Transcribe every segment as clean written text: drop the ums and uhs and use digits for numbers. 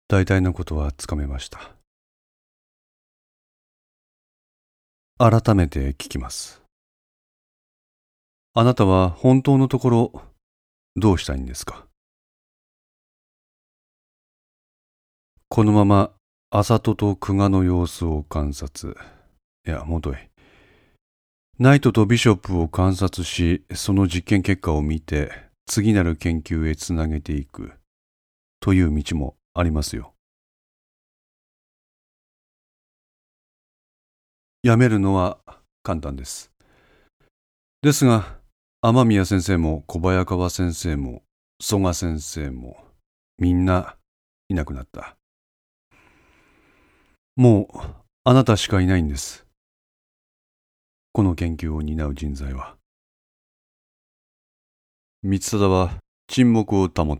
大体のことはつかめました。改めて聞きます。あなたは本当のところどうしたいんですか？このまま麻戸と久我の様子を観察、もとい。ナイトとビショップを観察し、その実験結果を見て次なる研究へつなげていくという道もありますよ。やめるのは簡単です。ですが、雨宮先生も小早川先生も曽我先生もみんないなくなった。もうあなたしかいないんです。この研究を担う人材は。光貞は沈黙を保った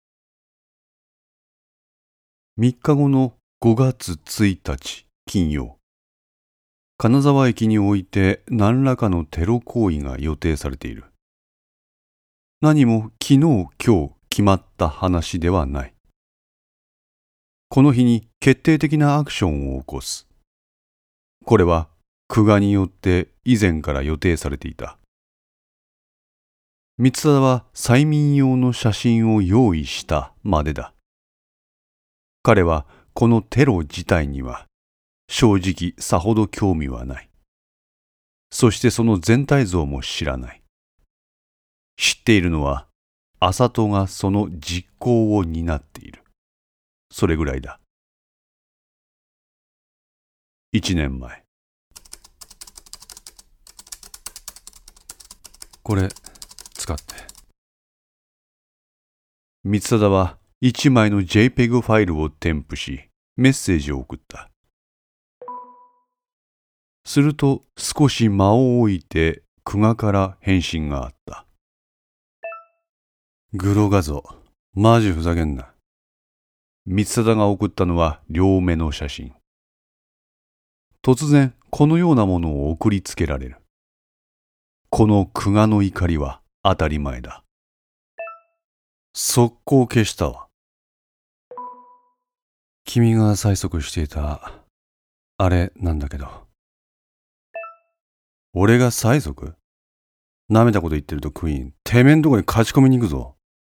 。3日後の5月1日金曜、金沢駅において何らかのテロ行為が予定されている。何も昨日今日決まった話ではない。この日に決定的なアクションを起こす。これは久我によって以前から予定されていた。光貞は催眠用の写真を用意したまでだ。彼はこのテロ自体には正直さほど興味はない。そしてその全体像も知らない。知っているのは麻戸がその実行を担っている。それぐらいだ。1年前。これ使って。光貞は1枚の JPEG ファイルを添付し、メッセージを送った。すると少し間を置いて久我から返信があった。グロ画像、マジふざけんな。光貞が送ったのは両目の写真。突然このようなものを送りつけられる。この久我の怒りは当たり前だ。速攻消したわ。君が催促していたあれなんだけど。俺が催促？なめたこと言ってるとクイーン、てめえんとこに勝ち込みに行くぞ。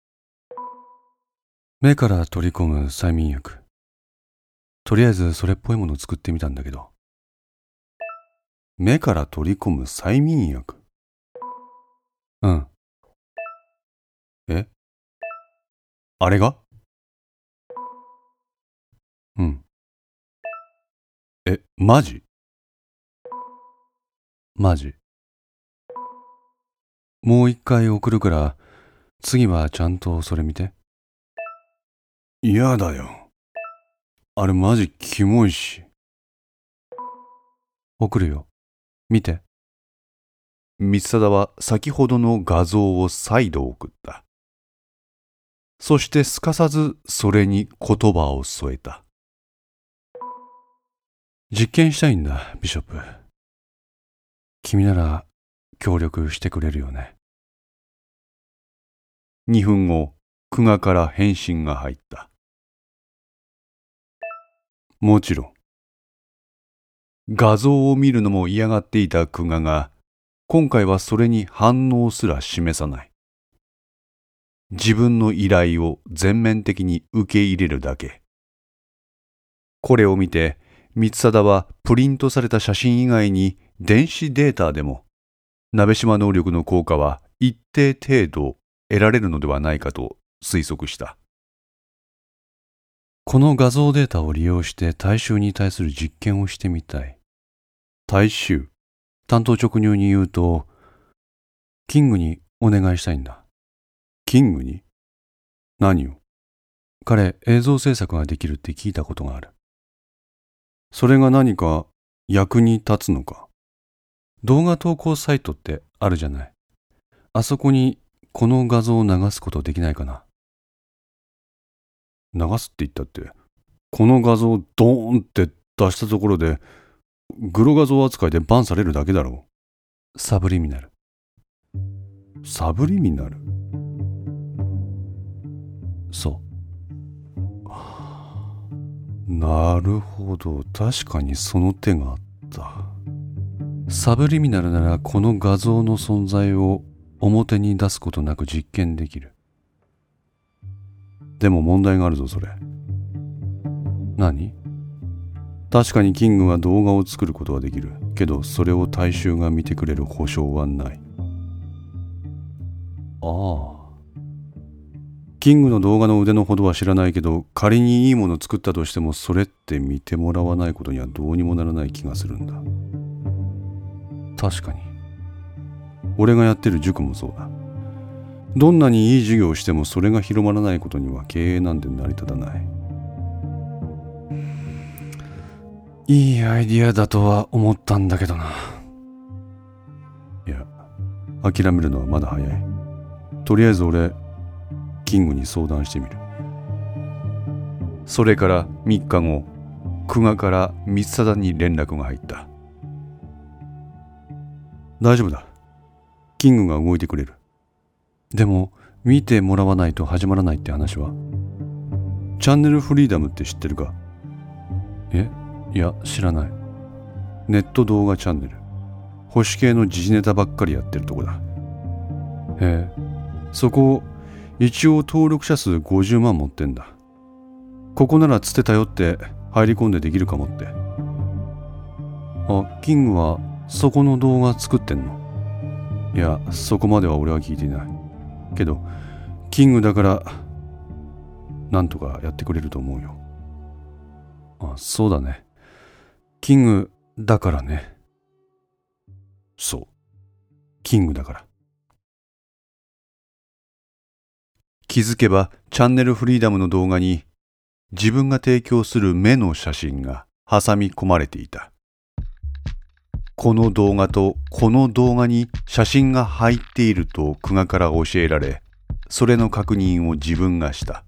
目から取り込む催眠薬。とりあえずそれっぽいものを作ってみたんだけど。目から取り込む催眠薬？うん。え？あれが？うん。マジ？マジ。もう一回送るから、次はちゃんとそれ見て。嫌だよ。あれマジキモいし。送るよ。見て。光貞は先ほどの画像を再度送った。そしてすかさずそれに言葉を添えた。実験したいんだ、ビショップ。君なら協力してくれるよね。2分後、久我から返信が入った。もちろん。画像を見るのも嫌がっていた久我が、今回はそれに反応すら示さない。自分の依頼を全面的に受け入れるだけ。これを見て、光貞はプリントされた写真以外に電子データでも、鍋島能力の効果は一定程度得られるのではないかと推測した。この画像データを利用して大衆に対する実験をしてみたい。大衆？単刀直入に言うと、キングにお願いしたいんだ。キングに？何を？彼、映像制作ができるって聞いたことがある。それが何か役に立つのか？動画投稿サイトってあるじゃない。あそこにこの画像を流すことできないかな？流すって言ったって、この画像をドーンって出したところで、グロ画像扱いでバンされるだけだろう。サブリミナル。サブリミナル？そう。 なるほど、確かにその手があった。サブリミナルならこの画像の存在を表に出すことなく実験できる。でも問題があるぞ、それ。何？確かにキングは動画を作ることはできる。けどそれを大衆が見てくれる保証はない。ああ。キングの動画の腕のほどは知らないけど、仮にいいもの作ったとしてもそれって見てもらわないことにはどうにもならない気がするんだ。確かに。俺がやってる塾もそうだ。どんなにいい授業をしてもそれが広まらないことには経営なんて成り立たない。いいアイディアだとは思ったんだけどな。いや、諦めるのはまだ早い。とりあえず俺、キングに相談してみる。それから3日後、久我から光貞に連絡が入った。大丈夫だ。キングが動いてくれる。でも見てもらわないと始まらないって話は？チャンネルフリーダムって知ってるか？いや知らない。ネット動画チャンネル。保守系の時事ネタばっかりやってるとこだ。へえ、そこ一応登録者数50万持ってんだ。ここならつて頼って入り込んでできるかもって。あ、キングはそこの動画作ってんの？いや、そこまでは俺は聞いていない。けどキングだからなんとかやってくれると思うよ。あ、そうだね。キングだからね。そう、キングだから。気づけばチャンネルフリーダムの動画に自分が提供する目の写真が挟み込まれていた。この動画とこの動画に写真が入っていると久我から教えられ、それの確認を自分がした。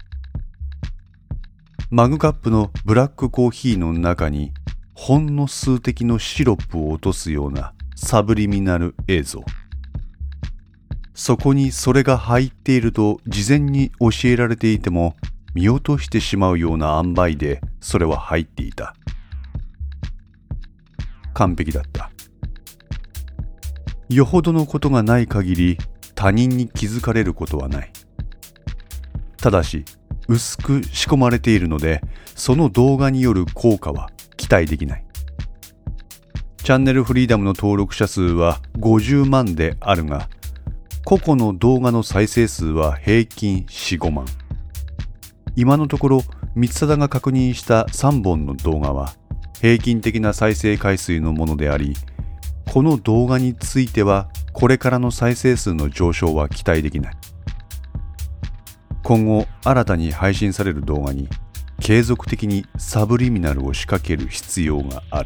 マグカップのブラックコーヒーの中にほんの数滴のシロップを落とすようなサブリミナル映像。そこにそれが入っていると事前に教えられていても見落としてしまうような塩梅でそれは入っていた。完璧だった。よほどのことがない限り他人に気づかれることはない。ただし薄く仕込まれているのでその動画による効果は期待できない。チャンネルフリーダムの登録者数は50万であるが、個々の動画の再生数は平均4、5万。今のところ光貞が確認した3本の動画は平均的な再生回数のものであり、この動画についてはこれからの再生数の上昇は期待できない。今後新たに配信される動画に継続的にサブリミナルを仕掛ける必要がある。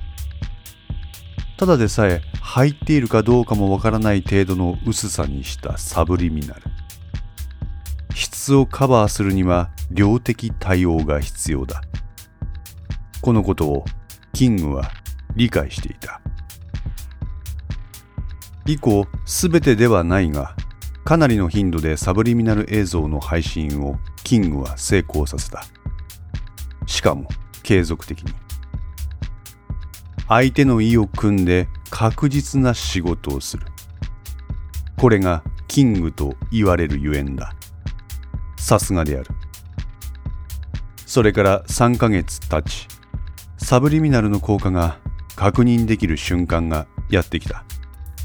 ただでさえ入っているかどうかもわからない程度の薄さにしたサブリミナル。質をカバーするには量的対応が必要だ。このことをキングは理解していた。以降すべてではないが、かなりの頻度でサブリミナル映像の配信をキングは成功させた。しかも継続的に。相手の意を組んで確実な仕事をする。これがキングと言われるゆえんだ。さすがである。それから3ヶ月経ち、サブリミナルの効果が確認できる瞬間がやってきた。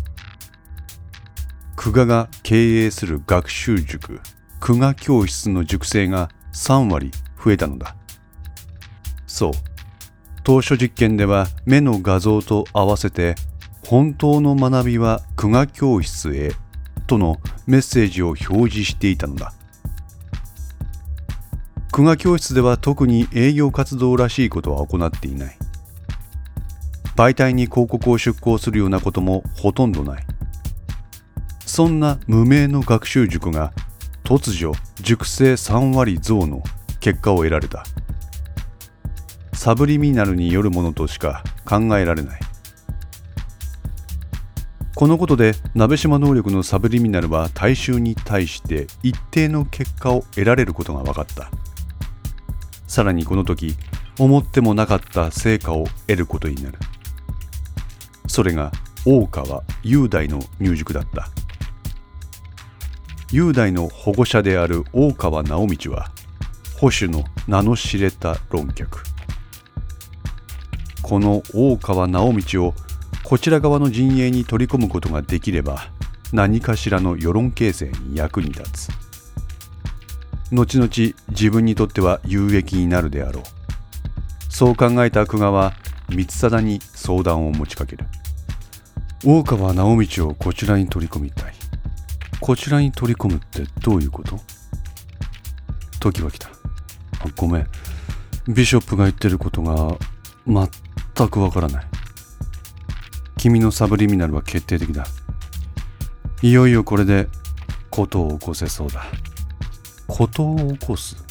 久我が経営する学習塾、久我教室の塾生が3割増えたのだ。そう、当初実験では目の画像と合わせて本当の学びは久我教室へとのメッセージを表示していたのだ。久我教室では特に営業活動らしいことは行っていない。媒体に広告を出稿するようなこともほとんどない。そんな無名の学習塾が突如塾生3割増の結果を得られた。サブリミナルによるものとしか考えられない。このことで鍋島能力のサブリミナルは大衆に対して一定の結果を得られることが分かった。 さらにこの時、思ってもなかった成果を得ることになる。それが大川雄大の入塾だった。雄大の保護者である大川直道は、保守の名の知れた論客。この大川直道をこちら側の陣営に取り込むことができれば、何かしらの世論形成に役に立つ。後々自分にとっては有益になるであろう。そう考えた久我は光貞に相談を持ちかける。大川直道をこちらに取り込みたい。こちらに取り込むってどういうこと？時は来た。ごめん。ビショップが言ってることが全くわからない。君のサブリミナルは決定的だ。いよいよこれで事を起こせそうだ。事を起こす？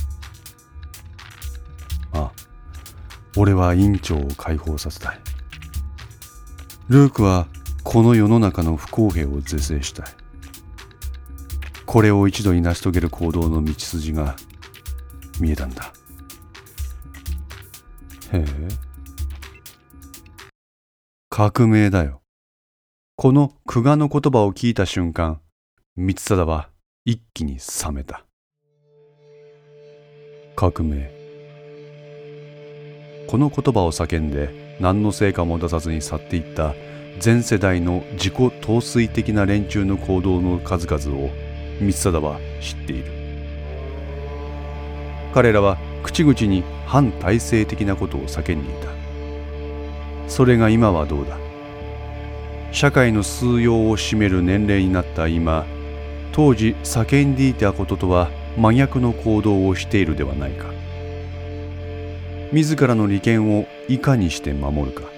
あ、俺は院長を解放させたい。ルークはこの世の中の不公平を是正したい。これを一度に成し遂げる行動の道筋が見えたんだ。へえ。革命だよ。この久我の言葉を聞いた瞬間、光貞は一気に冷めた。革命。この言葉を叫んで何の成果も出さずに去っていった全世代の自己陶酔的な連中の行動の数々を光貞は知っている。彼らは口々に反体制的なことを叫んでいた。それが今はどうだ。社会の枢要を占める年齢になった今、当時叫んでいたこととは真逆の行動をしているではないか。自らの利権をいかにして守るか。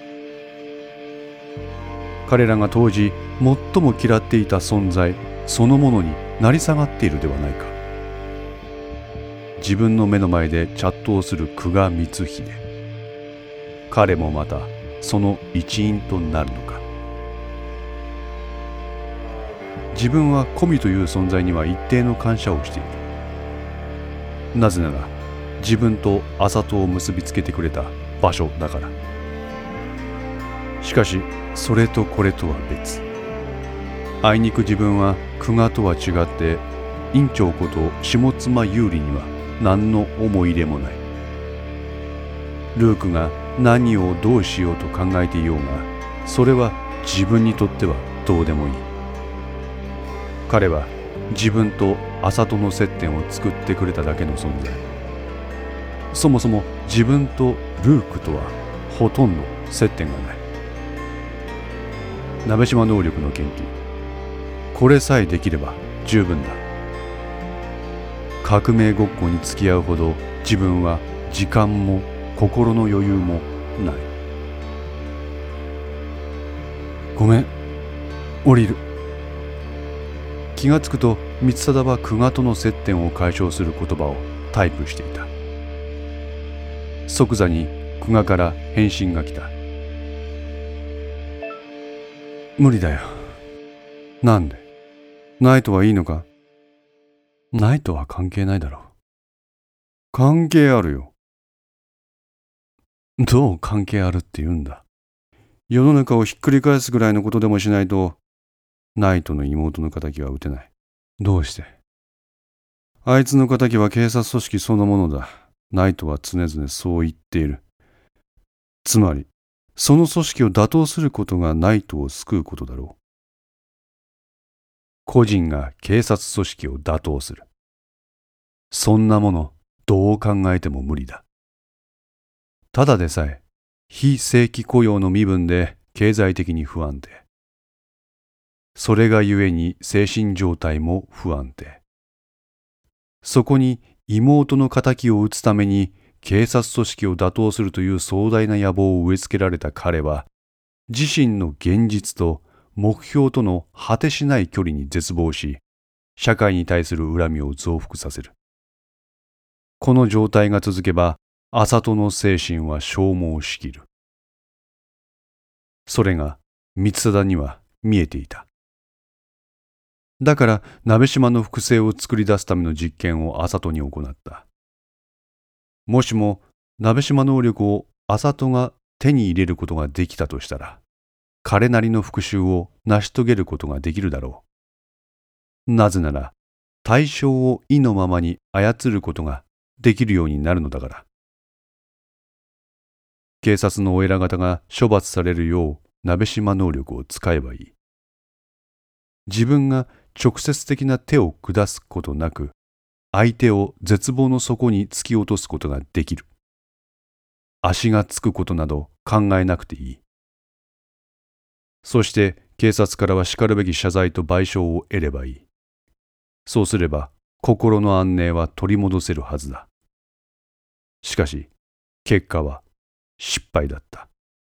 彼らが当時最も嫌っていた存在そのものに成り下がっているではないか。自分の目の前で茶頭する久我光秀。彼もまたその一員となるのか。自分は古見という存在には一定の感謝をしている。なぜなら自分と麻戸を結びつけてくれた場所だから。しかしそれとこれとは別。あいにく自分は久我とは違って院長こと下妻有利には何の思い入れもない。ルークが何をどうしようと考えていようが、それは自分にとってはどうでもいい。彼は自分と麻戸の接点を作ってくれただけの存在。そもそも自分とルークとはほとんど接点がない。鍋島能力の研究、これさえできれば十分だ。革命ごっこに付き合うほど自分は時間も心の余裕もない。ごめん、降りる。気がつくと光貞は久我との接点を解消する言葉をタイプしていた。即座に久我から返信が来た。無理だよ。なんで？ナイトはいいのか？ナイトは関係ないだろう。関係あるよ。どう関係あるって言うんだ。世の中をひっくり返すぐらいのことでもしないと、ナイトの妹の仇は撃てない。どうして？あいつの仇は警察組織そのものだ。ナイトは常々そう言っている。つまり、その組織を打倒することがナイトを救うことだろう。個人が警察組織を打倒する。そんなもの、どう考えても無理だ。ただでさえ、非正規雇用の身分で経済的に不安定。それがゆえに精神状態も不安定。そこに妹の仇を討つために警察組織を打倒するという壮大な野望を植え付けられた彼は、自身の現実と目標との果てしない距離に絶望し、社会に対する恨みを増幅させる。この状態が続けば、麻戸の精神は消耗しきる。それが光貞には見えていた。だから鍋島の複製を作り出すための実験を麻戸に行った。 もしも鍋島能力を麻戸が手に入れることができたとしたら、彼なりの復讐を成し遂げることができるだろう。なぜなら、対象を意のままに操ることができるようになるのだから。警察のお偉方が処罰されるよう鍋島能力を使えばいい。自分が直接的な手を下すことなく、相手を絶望の底に突き落とすことができる。足がつくことなど考えなくていい。そして警察からはしかるべき謝罪と賠償を得ればいい。そうすれば心の安寧は取り戻せるはずだ。しかし結果は失敗だった。